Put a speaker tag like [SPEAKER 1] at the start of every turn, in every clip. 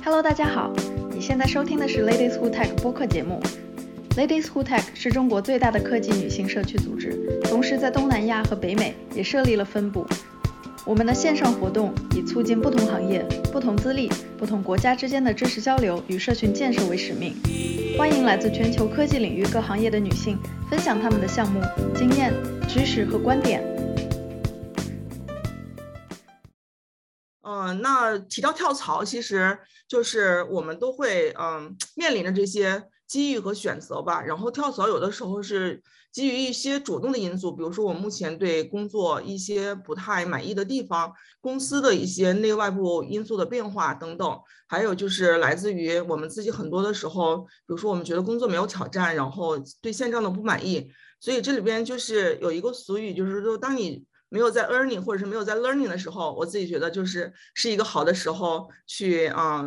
[SPEAKER 1] Hello， 大家好，你现在收听的是 Ladies Who Tech 播客节目。Ladies Who Tech 是中国最大的科技女性社区组织，同时在东南亚和北美也设立了分部。我们的线上活动以促进不同行业、不同资历、不同国家之间的知识交流与社群建设为使命。欢迎来自全球科技领域各行业的女性分享她们的项目、经验、知识和观点。
[SPEAKER 2] 那提到跳槽，其实就是我们都会面临着这些机遇和选择吧。然后跳槽有的时候是基于一些主动的因素，比如说我目前对工作一些不太满意的地方，公司的一些内外部因素的变化等等，还有就是来自于我们自己很多的时候，比如说我们觉得工作没有挑战，然后对现状的不满意。所以这里边就是有一个俗语，就是说当你没有在 earning 或者是没有在 learning 的时候，我自己觉得是一个好的时候去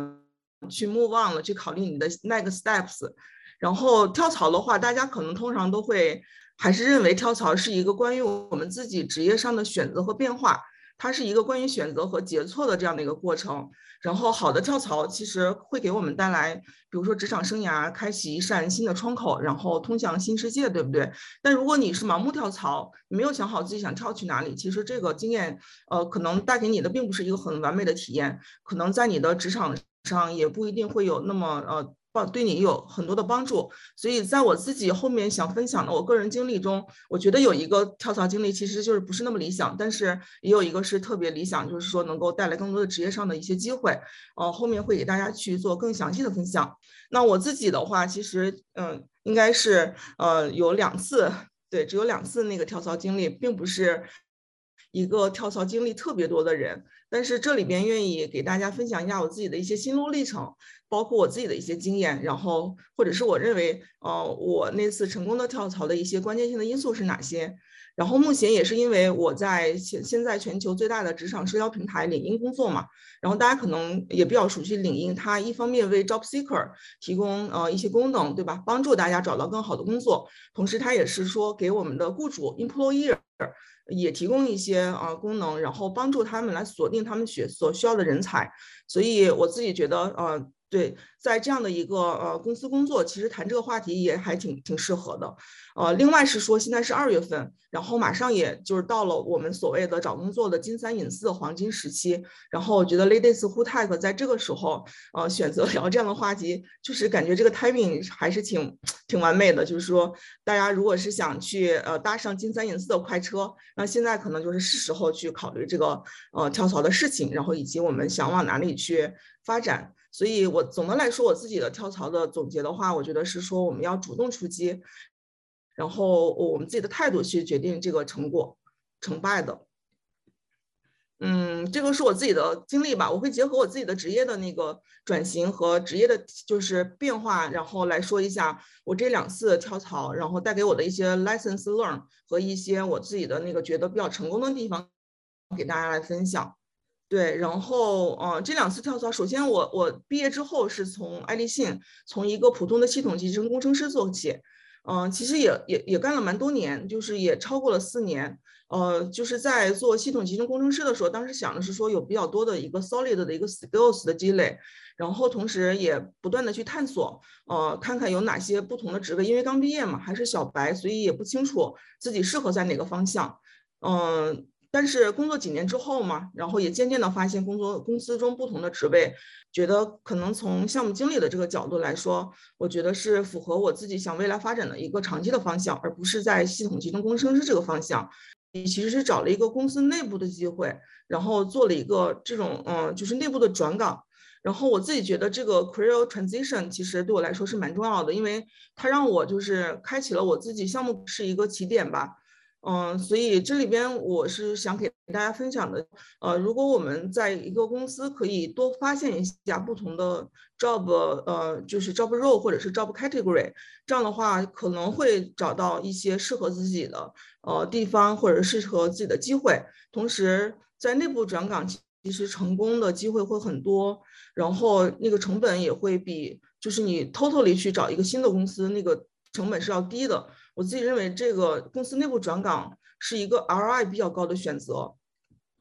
[SPEAKER 2] move on 了，去考虑你的 next steps。然后跳槽的话，大家可能通常都会还是认为跳槽是一个关于我们自己职业上的选择和变化，它是一个关于选择和决策的这样的一个过程。然后好的跳槽其实会给我们带来，比如说职场生涯开启一扇新的窗口，然后通向新世界，对不对？但如果你是盲目跳槽，你没有想好自己想跳去哪里，其实这个经验可能带给你的并不是一个很完美的体验，可能在你的职场上也不一定会有那么对你有很多的帮助。所以在我自己后面想分享的我个人经历中，我觉得有一个跳槽经历其实就是不是那么理想，但是也有一个是特别理想，就是说能够带来更多的职业上的一些机会。后面会给大家去做更详细的分享。那我自己的话，其实应该是有2次，对，只有2次那个跳槽经历，并不是一个跳槽经历特别多的人，但是这里边愿意给大家分享一下我自己的一些心路历程，包括我自己的一些经验，然后或者是我认为我那次成功的跳槽的一些关键性的因素是哪些。然后目前也是因为我在现在全球最大的职场社交平台领英工作嘛，然后大家可能也比较熟悉领英，它一方面为 job seeker 提供一些功能，对吧？帮助大家找到更好的工作，同时它也是说给我们的雇主 employer也提供一些功能，然后帮助他们来锁定他们所需要的人才。所以我自己觉得对，在这样的一个公司工作，其实谈这个话题也还挺适合的。另外是说现在是2月份，然后马上也就是到了我们所谓的找工作的金3银4的黄金时期。然后我觉得 Ladies Who Tech 在这个时候选择聊这样的话题，就是感觉这个 timing 还是挺完美的。就是说大家如果是想去搭上金3银4的快车，那现在可能就是时候去考虑这个跳槽的事情，然后以及我们想往哪里去发展。所以我总的来说，我自己的跳槽的总结的话，我觉得是说我们要主动出击，然后我们自己的态度去决定这个成果成败的。这个是我自己的经历吧，我会结合我自己的职业的那个转型和职业的就是变化，然后来说一下我这2次跳槽，然后带给我的一些 lessons learn 和一些我自己的那个觉得比较成功的地方，给大家来分享。对，然后这2次跳槽，首先我毕业之后是从爱立信，从一个普通的系统集成工程师做起，其实也干了蛮多年，就是也超过了4年。就是在做系统集成工程师的时候，当时想的是说有比较多的一个 solid 的一个 skills 的积累，然后同时也不断的去探索，看看有哪些不同的职位，因为刚毕业嘛，还是小白，所以也不清楚自己适合在哪个方向。但是工作几年之后嘛，然后也渐渐的发现公司中不同的职位，觉得可能从项目经理的这个角度来说，我觉得是符合我自己想未来发展的一个长期的方向，而不是在系统集成工程师这个方向。其实是找了一个公司内部的机会，然后做了一个这种就是内部的转岗。然后我自己觉得这个 career transition 其实对我来说是蛮重要的，因为它让我就是开启了我自己项目是一个起点吧。所以这里边我是想给大家分享的，如果我们在一个公司可以多发现一下不同的 job，就是 job role 或者是 job category，这样的话可能会找到一些适合自己的地方或者适合自己的机会，同时在内部转岗其实成功的机会会很多，然后那个成本也会比就是你 totally 去找一个新的公司那个成本是要低的。我自己认为这个公司内部转岗是一个 ROI 比较高的选择。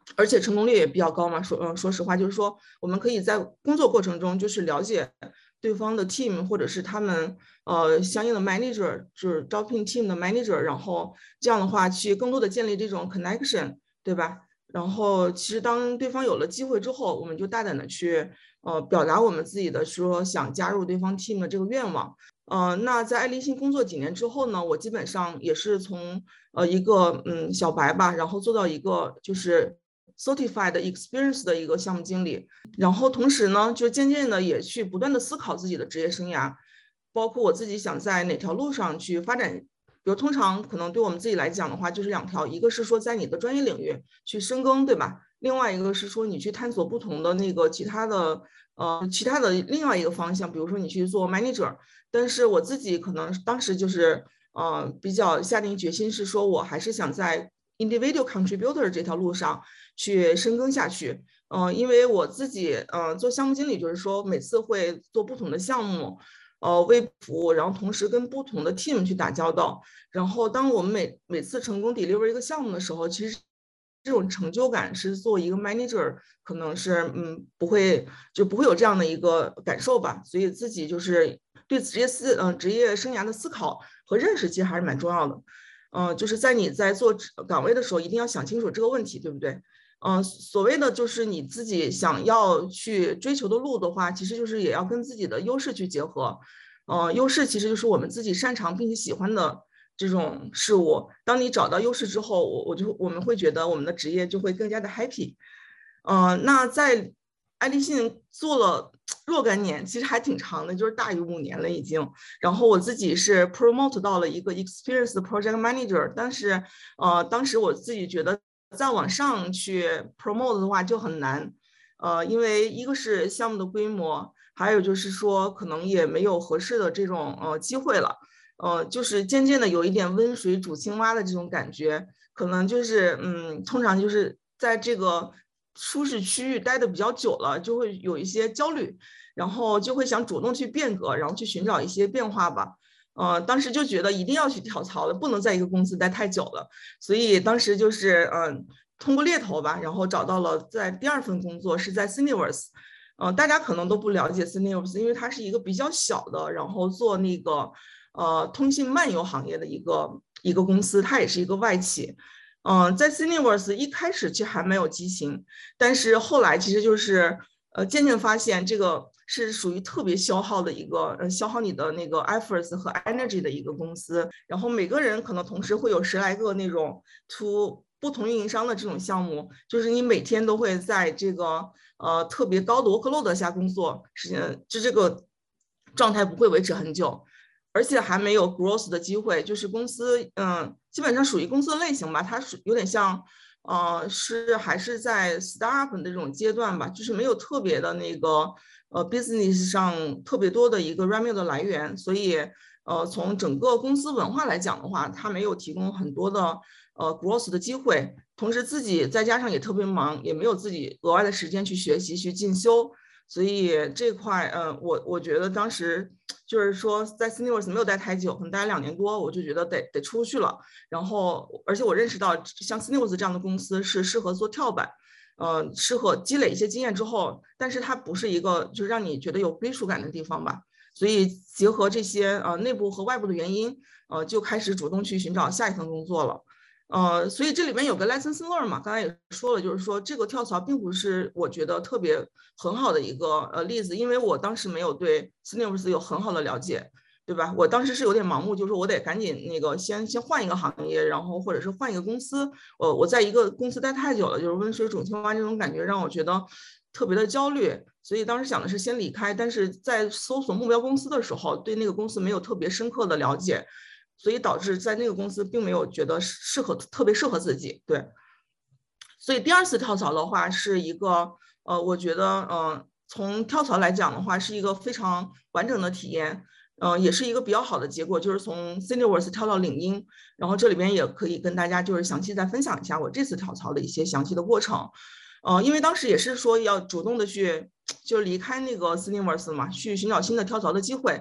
[SPEAKER 2] 而且成功率也比较高嘛。说实话，就是说我们可以在工作过程中就是了解对方的 team 或者是他们相应的 manager， 就是招聘 team 的 manager， 然后这样的话去更多的建立这种 connection， 对吧？然后其实当对方有了机会之后，我们就大胆的去表达我们自己的说想加入对方 team 的这个愿望。那在爱立信工作几年之后呢，我基本上也是从一个小白吧，然后做到一个就是 certified experience 的一个项目经理，然后同时呢，就渐渐的也去不断的思考自己的职业生涯，包括我自己想在哪条路上去发展。比如通常可能对我们自己来讲的话，就是两条，一个是说在你的专业领域去深耕，对吧？另外一个是说你去探索不同的那个其他的另外一个方向，比如说你去做 manager。但是我自己可能当时就是比较下定决心，是说我还是想在 individual contributor 这条路上去深耕下去。因为我自己做项目经理，就是说每次会做不同的项目，为服务，然后同时跟不同的 team 去打交道。然后当我们每次成功 deliver 一个项目的时候，其实这种成就感是做一个 manager 可能是不会有这样的一个感受吧。所以自己就是对职业生涯的思考和认识其实还是蛮重要的。就是在你在做岗位的时候，一定要想清楚这个问题，对不对？所谓的就是你自己想要去追求的路的话，其实就是也要跟自己的优势去结合。优势其实就是我们自己擅长并且喜欢的这种事物。当你找到优势之后，我们会觉得我们的职业就会更加的 happy。那在爱立信做了若干年，其实还挺长的，就是大于5年了已经。然后我自己是 promote 到了一个 experienced project manager，但是当时我自己觉得再往上去 promote 的话就很难。因为一个是项目的规模，还有就是说可能也没有合适的这种机会了。就是渐渐的有一点温水煮青蛙的这种感觉，可能就是通常就是在这个舒适区域待的比较久了，就会有一些焦虑，然后就会想主动去变革，然后去寻找一些变化吧。当时就觉得一定要去跳槽了，不能在一个公司待太久了，所以当时就是通过猎头吧，然后找到了在第2份工作是在 Cineverse。大家可能都不了解 Cineverse， 因为它是一个比较小的，然后做那个通信漫游行业的一个公司，它也是一个外企。在 Cineverse 一开始其实还没有激情，但是后来其实就是渐渐发现这个是属于特别消耗的一个消耗你的那个 efforts 和 energy 的一个公司。然后每个人可能同时会有10来个那种 to 不同运营商的这种项目，就是你每天都会在这个特别高的 workload 下工作，就这个状态不会维持很久。而且还没有 growth 的机会，就是公司基本上属于公司的类型吧，它有点像还是在 startup 的这种阶段吧，就是没有特别的那个business 上特别多的一个 revenue 的来源。所以从整个公司文化来讲的话，它没有提供很多的growth 的机会。同时自己再加上也特别忙，也没有自己额外的时间去学习去进修。所以这块我觉得当时就是说在 Cineverse 没有待太久，可能待2年多，我就觉得得出去了。然后而且我认识到像 Cineverse 这样的公司是适合做跳板，适合积累一些经验之后，但是它不是一个就是让你觉得有归属感的地方吧。所以结合这些内部和外部的原因，就开始主动去寻找下一份工作了。所以这里面有个 lesson learn 嘛，刚才也说了，就是说这个跳槽并不是我觉得特别很好的一个例子，因为我当时没有对 Cineverse 有很好的了解，对吧？我当时是有点盲目，就是说我得赶紧那个先换一个行业，然后或者是换一个公司。我在一个公司待太久了，就是温水煮青蛙这种感觉让我觉得特别的焦虑，所以当时想的是先离开。但是在搜索目标公司的时候，对那个公司没有特别深刻的了解。所以导致在那个公司并没有觉得特别适合自己。对，所以第2次跳槽的话是一个我觉得从跳槽来讲的话是一个非常完整的体验。也是一个比较好的结果，就是从 Cineverse 跳到领英。然后这里边也可以跟大家就是详细再分享一下我这次跳槽的一些详细的过程。因为当时也是说要主动的去就离开那个 Cineverse 嘛，去寻找新的跳槽的机会。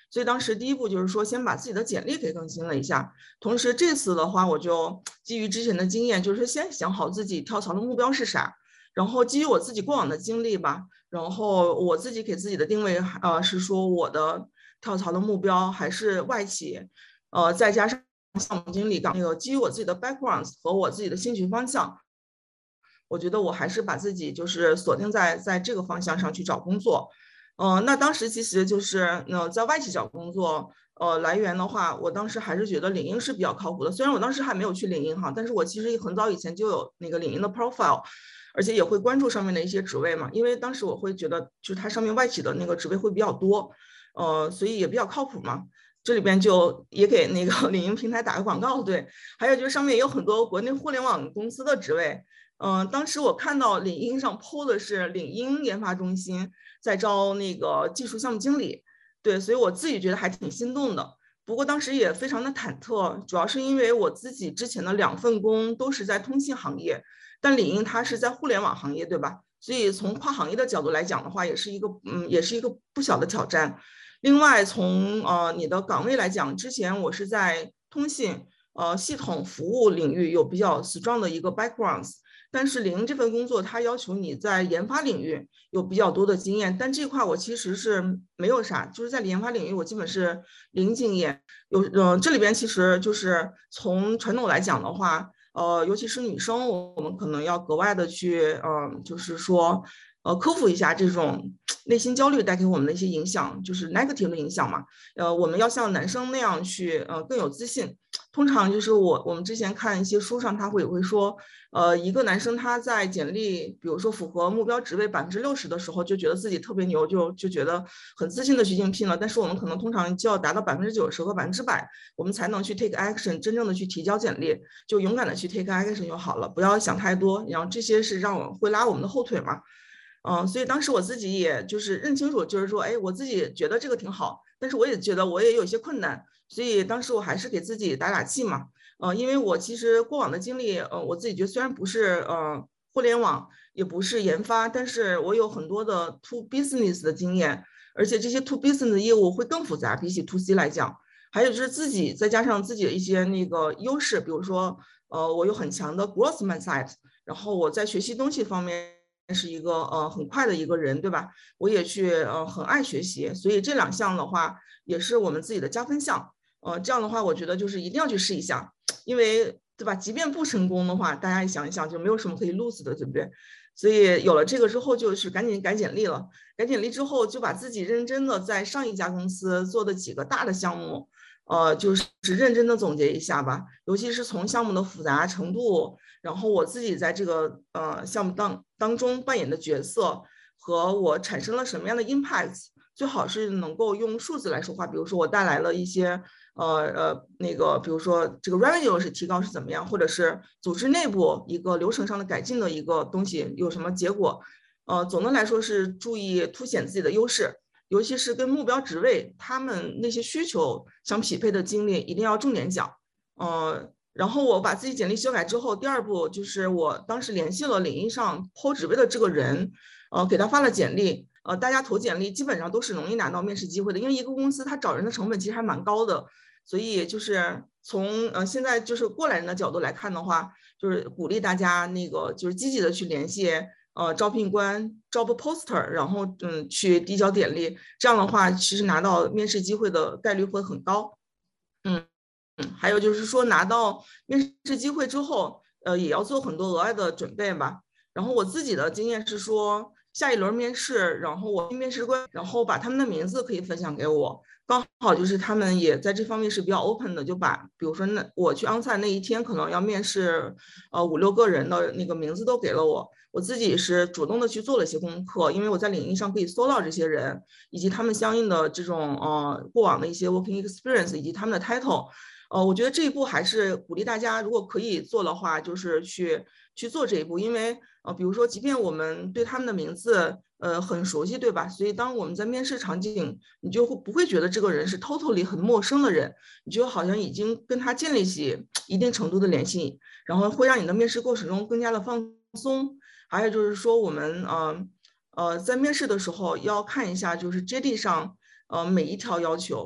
[SPEAKER 2] 所以当时第一步就是说先把自己的简历给更新了一下。同时这次的话，我就基于之前的经验，就是先想好自己跳槽的目标是啥，然后基于我自己过往的经历吧，然后我自己给自己的定位是说我的跳槽的目标还是外企，再加上项目经理岗，那个基于我自己的 background 和我自己的兴趣方向，我觉得我还是把自己就是锁定在这个方向上去找工作。那当时其实就是在外企找工作，来源的话，我当时还是觉得领英是比较靠谱的。虽然我当时还没有去领英哈，但是我其实很早以前就有那个领英的 profile，而且也会关注上面的一些职位嘛，因为当时我会觉得就是它上面外企的那个职位会比较多，所以也比较靠谱嘛。这里边就也给那个领英平台打个广告，对。还有就是上面也有很多国内互联网公司的职位，当时我看到领英上 PO 的是领英研发中心在招那个技术项目经理，对，所以我自己觉得还挺心动的。不过当时也非常的忐忑，主要是因为我自己之前的2份工都是在通信行业，但领英它是在互联网行业，对吧？所以从跨行业的角度来讲的话，也是一个不小的挑战。另外从你的岗位来讲，之前我是在通信系统服务领域有比较 strong 的一个 background，但是领英这份工作它要求你在研发领域有比较多的经验，但这块我其实是没有啥，就是在研发领域我基本是零经验。这里边其实就是从传统来讲的话，尤其是女生，我们可能要格外的去就是说克服一下这种内心焦虑带给我们的一些影响，就是 negative 的影响嘛。我们要像男生那样去更有自信。通常就是我们之前看一些书上，他会说，一个男生他在简历，比如说符合目标职位60%的时候，就觉得自己特别牛，就觉得很自信的去应聘了。但是我们可能通常就要达到90%和100%，我们才能去 take action，真正的去提交简历，就勇敢的去 take action 就好了，不要想太多。然后这些是让我会拉我们的后腿嘛。所以当时我自己也就是认清楚，就是说，哎，我自己觉得这个挺好，但是我也觉得我也有一些困难，所以当时我还是给自己打打气嘛。因为我其实过往的经历，我自己觉得虽然不是互联网，也不是研发，但是我有很多的 to business 的经验，而且这些 to business 的业务会更复杂，比起 to C 来讲。还有就是自己再加上自己的一些那个优势，比如说，我有很强的 growth mindset，然后我在学习东西方面是一个很快的一个人，对吧？我也去很爱学习，所以这2项的话也是我们自己的加分项。这样的话，我觉得就是一定要去试一下，因为对吧？即便不成功的话，大家想一想就没有什么可以 lose 的，对不对？所以有了这个之后，就是赶紧改简历了。改简历之后，就把自己认真的在上一家公司做的几个大的项目，就是认真的总结一下吧。尤其是从项目的复杂程度，然后我自己在这个项目当中扮演的角色和我产生了什么样的 impact， 最好是能够用数字来说话。比如说我带来了一些那个，比如说这个 revenue 是提高是怎么样，或者是组织内部一个流程上的改进的一个东西有什么结果。总的来说是注意凸显自己的优势，尤其是跟目标职位他们那些需求相匹配的经历，一定要重点讲。然后我把自己简历修改之后，第2步就是我当时联系了领英上 PO 职位的这个人，给他发了简历。大家投简历基本上都是容易拿到面试机会的，因为一个公司它找人的成本其实还蛮高的，所以就是从现在就是过来人的角度来看的话，就是鼓励大家那个就是积极的去联系招聘官 job poster， 然后去递交简历，这样的话其实拿到面试机会的概率会很高。还有就是说拿到面试机会之后，也要做很多额外的准备吧。然后我自己的经验是说，下一轮面试，然后我面试官，然后把他们的名字可以分享给我，刚好就是他们也在这方面是比较 open 的，就把比如说我去 onsite 那一天可能要面试5、6个人的那个名字都给了我。我自己是主动的去做了一些功课，因为我在领英上可以搜到这些人以及他们相应的这种过往的一些 working experience 以及他们的 title。我觉得这一步还是鼓励大家，如果可以做的话，就是去做这一步，因为比如说，即便我们对他们的名字很熟悉，对吧？所以当我们在面试场景，你就不会觉得这个人是 totally 很陌生的人，你就好像已经跟他建立起一定程度的联系，然后会让你的面试过程中更加的放松。还有就是说，我们在面试的时候要看一下，就是 JD 上每一条要求。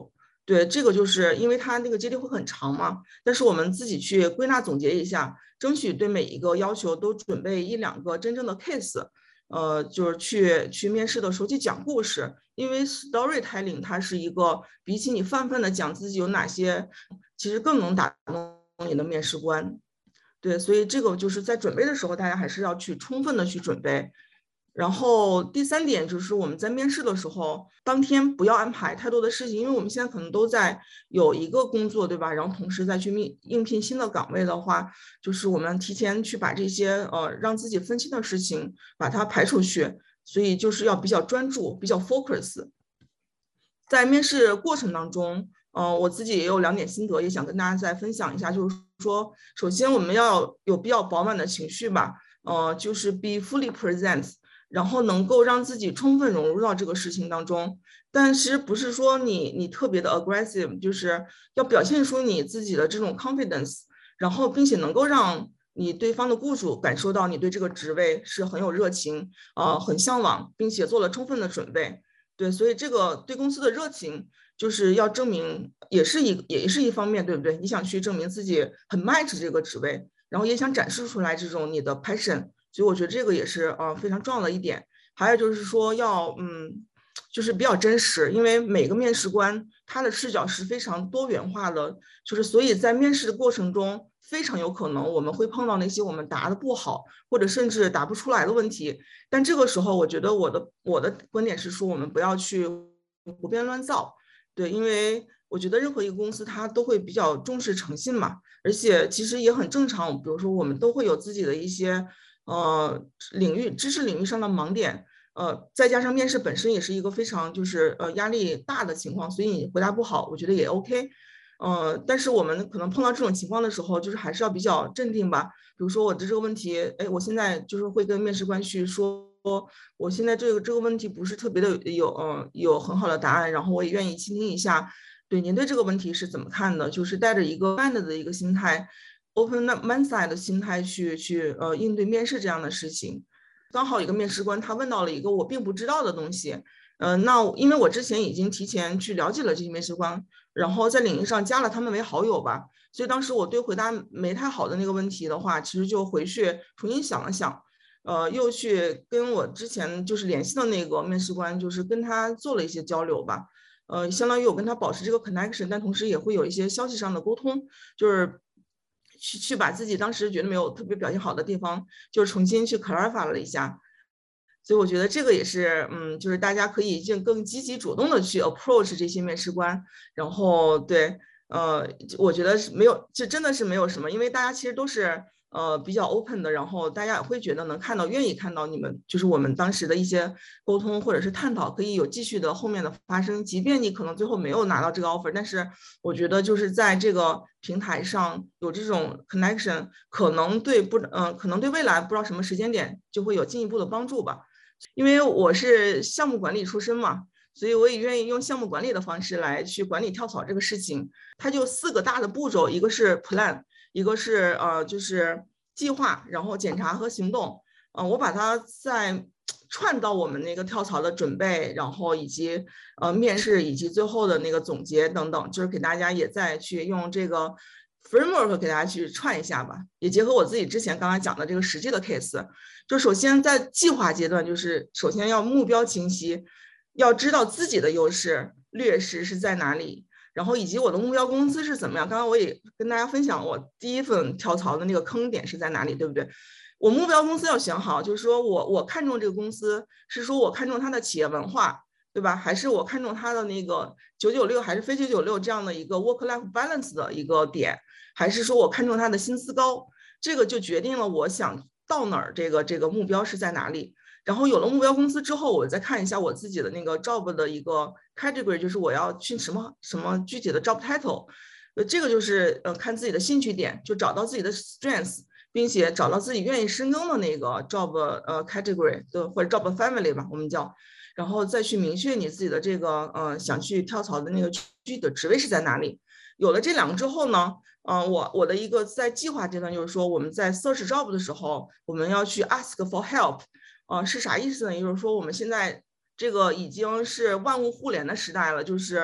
[SPEAKER 2] 对，这个就是因为它那个阶梯会很长嘛，但是我们自己去归纳总结一下，争取对每一个要求都准备1-2个真正的 case，就是去面试的时候去讲故事，因为 storytelling 它是一个比起你泛泛的讲自己有哪些，其实更能打动你的面试官。对，所以这个就是在准备的时候，大家还是要去充分的去准备。然后第3点就是我们在面试的时候，当天不要安排太多的事情，因为我们现在可能都在有一个工作，对吧？然后同时再去应聘新的岗位的话，就是我们提前去把这些让自己分心的事情把它排出去，所以就是要比较专注，比较 focus。在面试过程当中，我自己也有2点心得，也想跟大家再分享一下，就是说，首先我们要有比较饱满的情绪吧，就是 be fully present。然后能够让自己充分融入到这个事情当中，但是不是说你特别的 aggressive， 就是要表现出你自己的这种 confidence， 然后并且能够让你对方的雇主感受到你对这个职位是很有热情，很向往，并且做了充分的准备。对，所以这个对公司的热情就是要证明，也是一方面，对不对？你想去证明自己很 match 这个职位，然后也想展示出来这种你的 passion。所以我觉得这个也是非常重要的一点。还有就是说要就是比较真实，因为每个面试官他的视角是非常多元化的，就是所以在面试的过程中，非常有可能我们会碰到那些我们答的不好，或者甚至答不出来的问题。但这个时候，我觉得我的观点是说，我们不要去胡编乱造，对，因为我觉得任何一个公司它都会比较重视诚信嘛，而且其实也很正常。比如说我们都会有自己的一些知识领域上的盲点，再加上面试本身也是一个非常就是压力大的情况，所以你回答不好，我觉得也 OK。但是我们可能碰到这种情况的时候，就是还是要比较镇定吧。比如说我的这个问题，哎，我现在就是会跟面试官去说，我现在这个问题不是特别的有很好的答案，然后我也愿意倾听一下，对您对这个问题是怎么看的，就是带着一个慢的一个心态。open mindset 的心态去应对面试这样的事情。刚好一个面试官他问到了一个我并不知道的东西，那因为我之前已经提前去了解了这些面试官，然后在领域上加了他们为好友吧，所以当时我对回答没太好的那个问题的话，其实就回去重新想了想，又去跟我之前就是联系的那个面试官，就是跟他做了一些交流吧，相当于我跟他保持这个 connection， 但同时也会有一些消息上的沟通，就是去把自己当时觉得没有特别表现好的地方，就是重新去 clarify 了一下。所以我觉得这个也是，就是大家可以更积极主动的去 approach 这些面试官，然后对，我觉得是没有，这真的是没有什么，因为大家其实都是比较 open 的，然后大家也会觉得能看到，愿意看到你们就是我们当时的一些沟通或者是探讨，可以有继续的后面的发生，即便你可能最后没有拿到这个 offer， 但是我觉得就是在这个平台上有这种 connection， 可能对未来不知道什么时间点就会有进一步的帮助吧。因为我是项目管理出身嘛，所以我也愿意用项目管理的方式来去管理跳槽这个事情。它就4个大的步骤，一个是 plan， 一个是就是计划，然后检查和行动。我把它再串到我们那个跳槽的准备，然后以及面试，以及最后的那个总结等等，就是给大家也再去用这个 framework 给大家去串一下吧，也结合我自己之前刚才讲的这个实际的 case。就首先在计划阶段，就是首先要目标清晰，要知道自己的优势劣势是在哪里，然后以及我的目标公司是怎么样。刚刚我也跟大家分享我第一份跳槽的那个坑点是在哪里，对不对？我目标公司要想好，就是说我看中这个公司，是说我看中它的企业文化，对吧？还是我看中它的那个996还是非996这样的一个 work-life balance 的一个点，还是说我看中它的薪资高？这个就决定了我想到哪儿，这个目标是在哪里。然后有了目标公司之后，我再看一下我自己的那个 job 的一个 category， 就是我要去什么具体的 job title。这个就是看自己的兴趣点，就找到自己的 strengths， 并且找到自己愿意深耕的那个 job category 的或者 job family 吧，我们叫，然后再去明确你自己的这个想去跳槽的那个具体的职位是在哪里。有了这2个之后呢，我的一个在计划阶段就是说，我们在 search job 的时候，我们要去 ask for help，是啥意思呢？也就是说，我们现在这个已经是万物互联的时代了，就是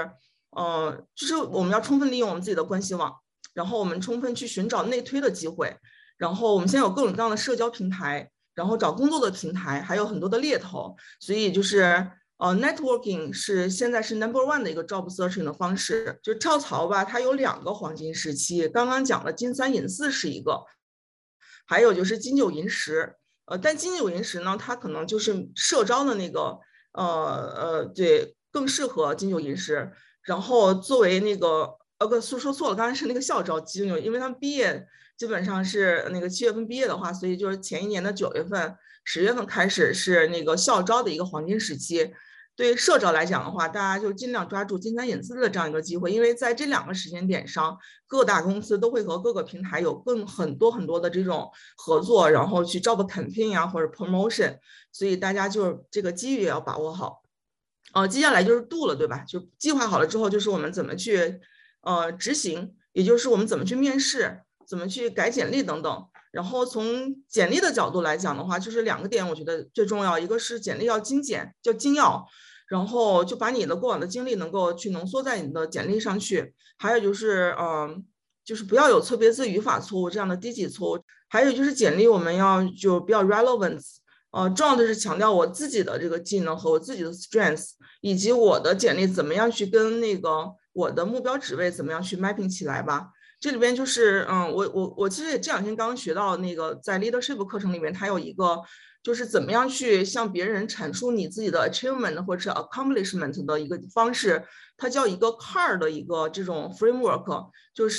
[SPEAKER 2] 就是我们要充分利用我们自己的关系网，然后我们充分去寻找内推的机会，然后我们现在有各种各样的社交平台，然后找工作的平台，还有很多的猎头，所以就是networking 是现在是 No.1 的一个 job searching 的方式。就跳槽吧，它有2个黄金时期，刚刚讲了金3银4是一个，还有就是金9银10。但金9银10呢，它可能就是社招的那个对，更适合金9银10。然后作为那个说错了，刚才是那个校招金9，因为他们毕业基本上是那个7月份毕业的话，所以就是前一年的9月份、10月份开始是那个校招的一个黄金时期。对于社招来讲的话，大家就尽量抓住金3银4的这样一个机会，因为在这2个时间点上，各大公司都会和各个平台有很多的这种合作，然后去 job campaign 啊或者 promotion， 所以大家就是这个机遇也要把握好。接下来就是 do 了，对吧？就计划好了之后，就是我们怎么去执行，也就是我们怎么去面试，怎么去改简历等等。然后从简历的角度来讲的话，就是2个点我觉得最重要，一个是简历要精简，叫精要，然后就把你的过往的经历能够去浓缩在你的简历上去。还有就是就是不要有错别字、语法错误这样的低级错误。还有就是简历我们要就比较 relevant。重要的是强调我自己的这个技能和我自己的 strengths， 以及我的简历怎么样去跟那个我的目标职位怎么样去 mapping 起来吧。这里边就是我其实也这2天刚刚学到那个在 leadership 课程里面，它有一个就是怎么样去向别人阐述你自己的 achievement 或者是 accomplishment 的一个方式，它叫一个 CAR 的一个这种 framework， 就是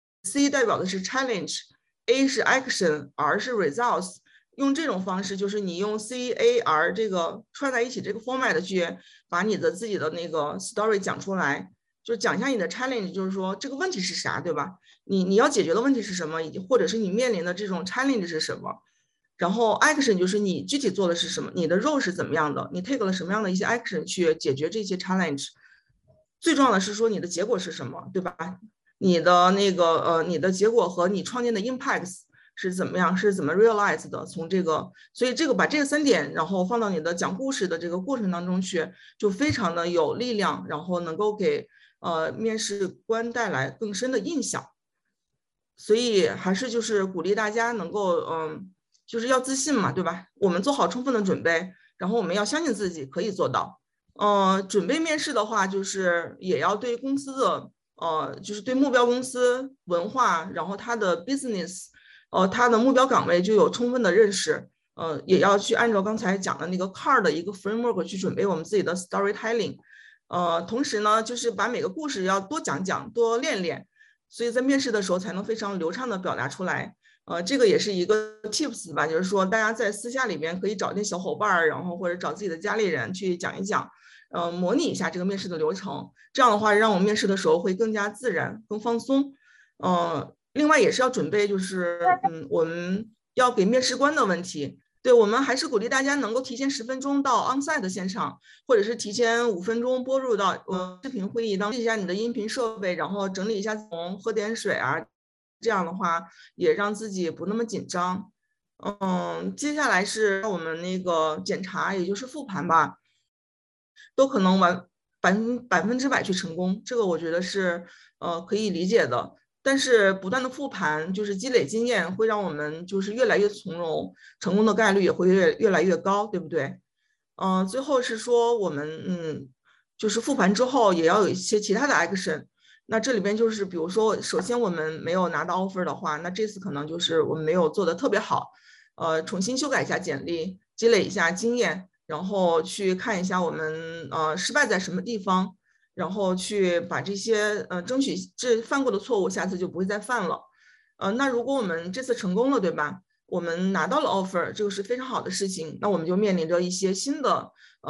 [SPEAKER 2] C 代表的是 challenge，A 是 action，R 是 results。用这种方式，就是你用 CAR 这个串在一起这个 format 去把你的自己的那个 story 讲出来，就讲一下你的 challenge， 就是说这个问题是啥，对吧？你要解决的问题是什么，以及或者是你面临的这种 challenge 是什么。然后 action 就是你具体做的是什么，你的 role 是怎么样的，你 take 了什么样的一些 action 去解决这些 challenge。最重要的是说你的结果是什么，对吧？你的那个你的结果和你创建的 impacts。是怎么样，是怎么 realize 的？从这个，所以这个把这个3点，然后放到你的讲故事的这个过程当中去，就非常的有力量，然后能够给面试官带来更深的印象。所以还是就是鼓励大家能够就是要自信嘛，对吧？我们做好充分的准备，然后我们要相信自己可以做到。准备面试的话，就是也要对公司的就是对目标公司文化，然后它的 business。他的目标岗位就有充分的认识，也要去按照刚才讲的那个 CAR 的一个 framework 去准备我们自己的 storytelling，同时呢，就是把每个故事要多讲讲，多练练，所以在面试的时候才能非常流畅的表达出来。这个也是一个 tips 吧，就是说大家在私下里面可以找点小伙伴，然后或者找自己的家里人去讲一讲，模拟一下这个面试的流程，这样的话让我们面试的时候会更加自然，更放松。另外也是要准备，就是我们要给面试官的问题，对，我们还是鼓励大家能够提前10分钟到 onsite 的现场，或者是提前5分钟拨入到视频会议当中，一下你的音频设备，然后整理一下喝点水啊，这样的话也让自己不那么紧张。接下来是我们那个检查，也就是复盘吧，都可能100%去成功，这个我觉得是可以理解的。但是不断的复盘，就是积累经验，会让我们就是越来越从容，成功的概率也会越来越高，对不对？最后是说我们就是复盘之后也要有一些其他的 action。那这里边就是比如说，首先我们没有拿到 offer 的话，那这次可能就是我们没有做的特别好，重新修改一下简历，积累一下经验，然后去看一下我们失败在什么地方。然后去把这些争取这犯过的错误下次就不会再犯了。那如果我们这次成功了，对吧？我们拿到了 offer， 这个是非常好的事情。那我们就面临着一些新的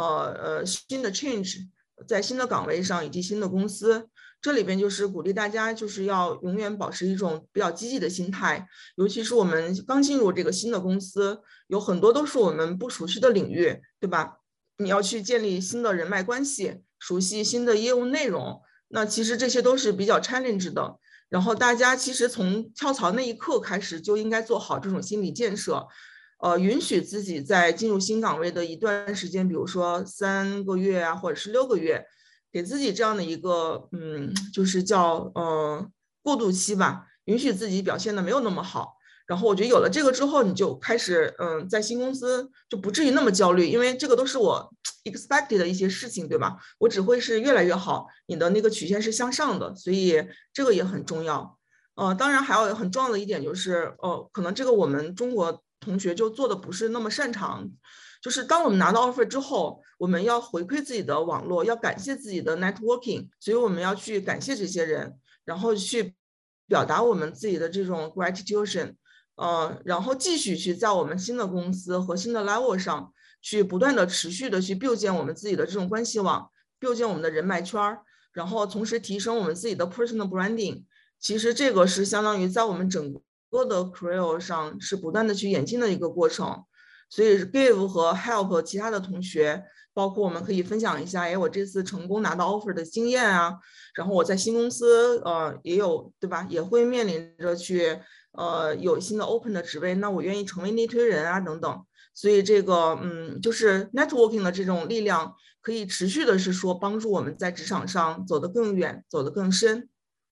[SPEAKER 2] change， 在新的岗位上以及新的公司。这里边就是鼓励大家就是要永远保持一种比较积极的心态，尤其是我们刚进入这个新的公司，有很多都是我们不熟悉的领域，对吧？你要去建立新的人脉关系，熟悉新的业务内容，那其实这些都是比较 challenge 的。然后大家其实从跳槽那一刻开始就应该做好这种心理建设，允许自己在进入新岗位的一段时间，比如说3个月啊，或者是6个月， 给自己这样的一个就是叫过渡期吧，允许自己表现的没有那么好。然后我觉得有了这个之后，你就开始在新公司就不至于那么焦虑，因为这个都是我 expected 的一些事情，对吧？我只会是越来越好，你的那个曲线是向上的，所以这个也很重要。当然还有很重要的一点就是，可能这个我们中国同学就做的不是那么擅长，就是当我们拿到 offer 之后，我们要回馈自己的网络，要感谢自己的 networking， 所以我们要去感谢这些人，然后去表达我们自己的这种 gratitude，然后继续去在我们新的公司和新的 level 上去不断的持续的去 build 建我们自己的这种关系网 ，build 建我们的人脉圈，然后同时提升我们自己的 personal branding。其实这个是相当于在我们整个的 career 上是不断的去演进的一个过程。所以 give 和 help 其他的同学，包括我们可以分享一下，我这次成功拿到 offer 的经验啊，然后我在新公司也有，对吧？也会面临着去有新的 open 的职位，那我愿意成为内推人啊等等。所以这个就是 networking 的这种力量可以持续的是说帮助我们在职场上走得更远，走得更深。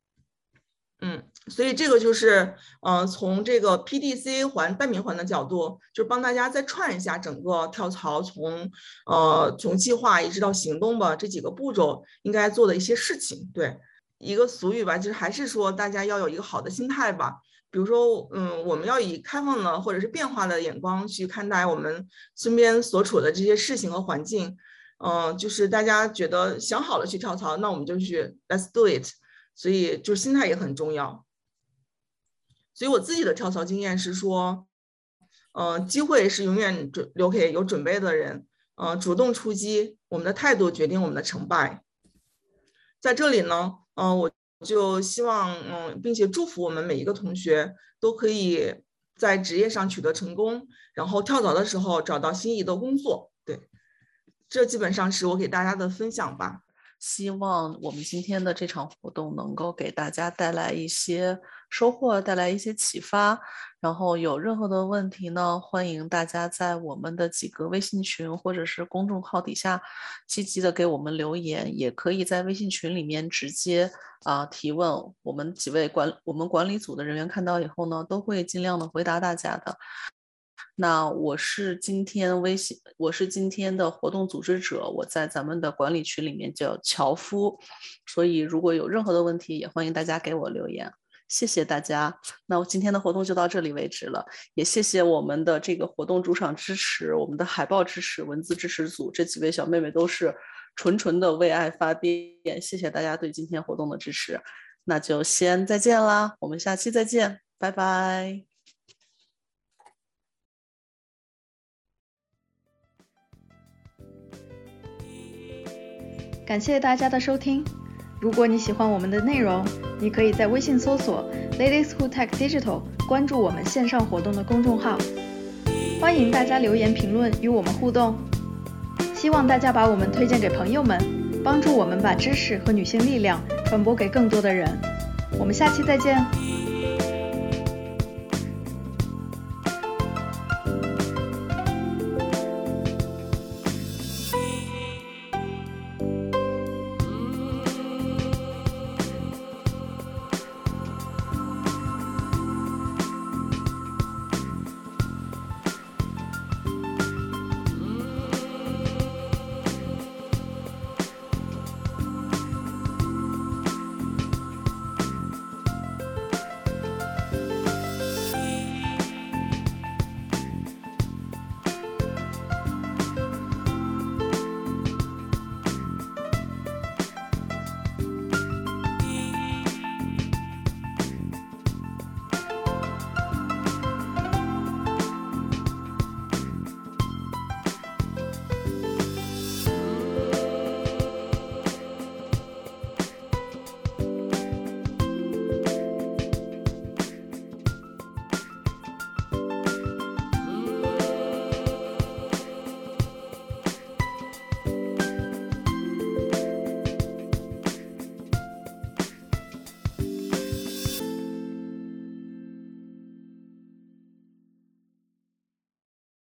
[SPEAKER 2] 所以这个就是从这个 PDCA 环半冥环的角度，就帮大家再串一下整个跳槽从计划一直到行动吧，这几个步骤应该做的一些事情。对，一个俗语吧，就是还是说大家要有一个好的心态吧。比如说我们要以开放的或者是变化的眼光去看待我们身边所处的这些事情和环境。就是大家觉得想好了去跳槽，那我们就去 let's do it。所以就是心态也很重要。所以我自己的跳槽经验是说，机会是永远留给有准备的人，主动出击，我们的态度决定我们的成败。在这里呢，我就希望并且祝福我们每一个同学都可以在职业上取得成功，然后跳槽的时候找到心仪的工作。对，这基本上是我给大家的分享吧。
[SPEAKER 3] 希望我们今天的这场活动能够给大家带来一些收获，带来一些启发。然后有任何的问题呢，欢迎大家在我们的几个微信群或者是公众号底下积极的给我们留言，也可以在微信群里面直接提问。我们几位我们管理组的人员看到以后呢，都会尽量的回答大家的。那我是今天的活动组织者，我在咱们的管理群里面叫樵夫，所以如果有任何的问题，也欢迎大家给我留言。谢谢大家，那我今天的活动就到这里为止了，也谢谢我们的这个活动主场支持，我们的海报支持、文字支持组，这几位小妹妹都是纯的为爱发电，谢谢大家对今天活动的支持。那就先再见啦，我们下期再见，拜拜。
[SPEAKER 1] 感谢大家的收听。如果你喜欢我们的内容，你可以在微信搜索 Ladies Who Tech Digital 关注我们线上活动的公众号。欢迎大家留言评论与我们互动。希望大家把我们推荐给朋友们，帮助我们把知识和女性力量传播给更多的人。我们下期再见。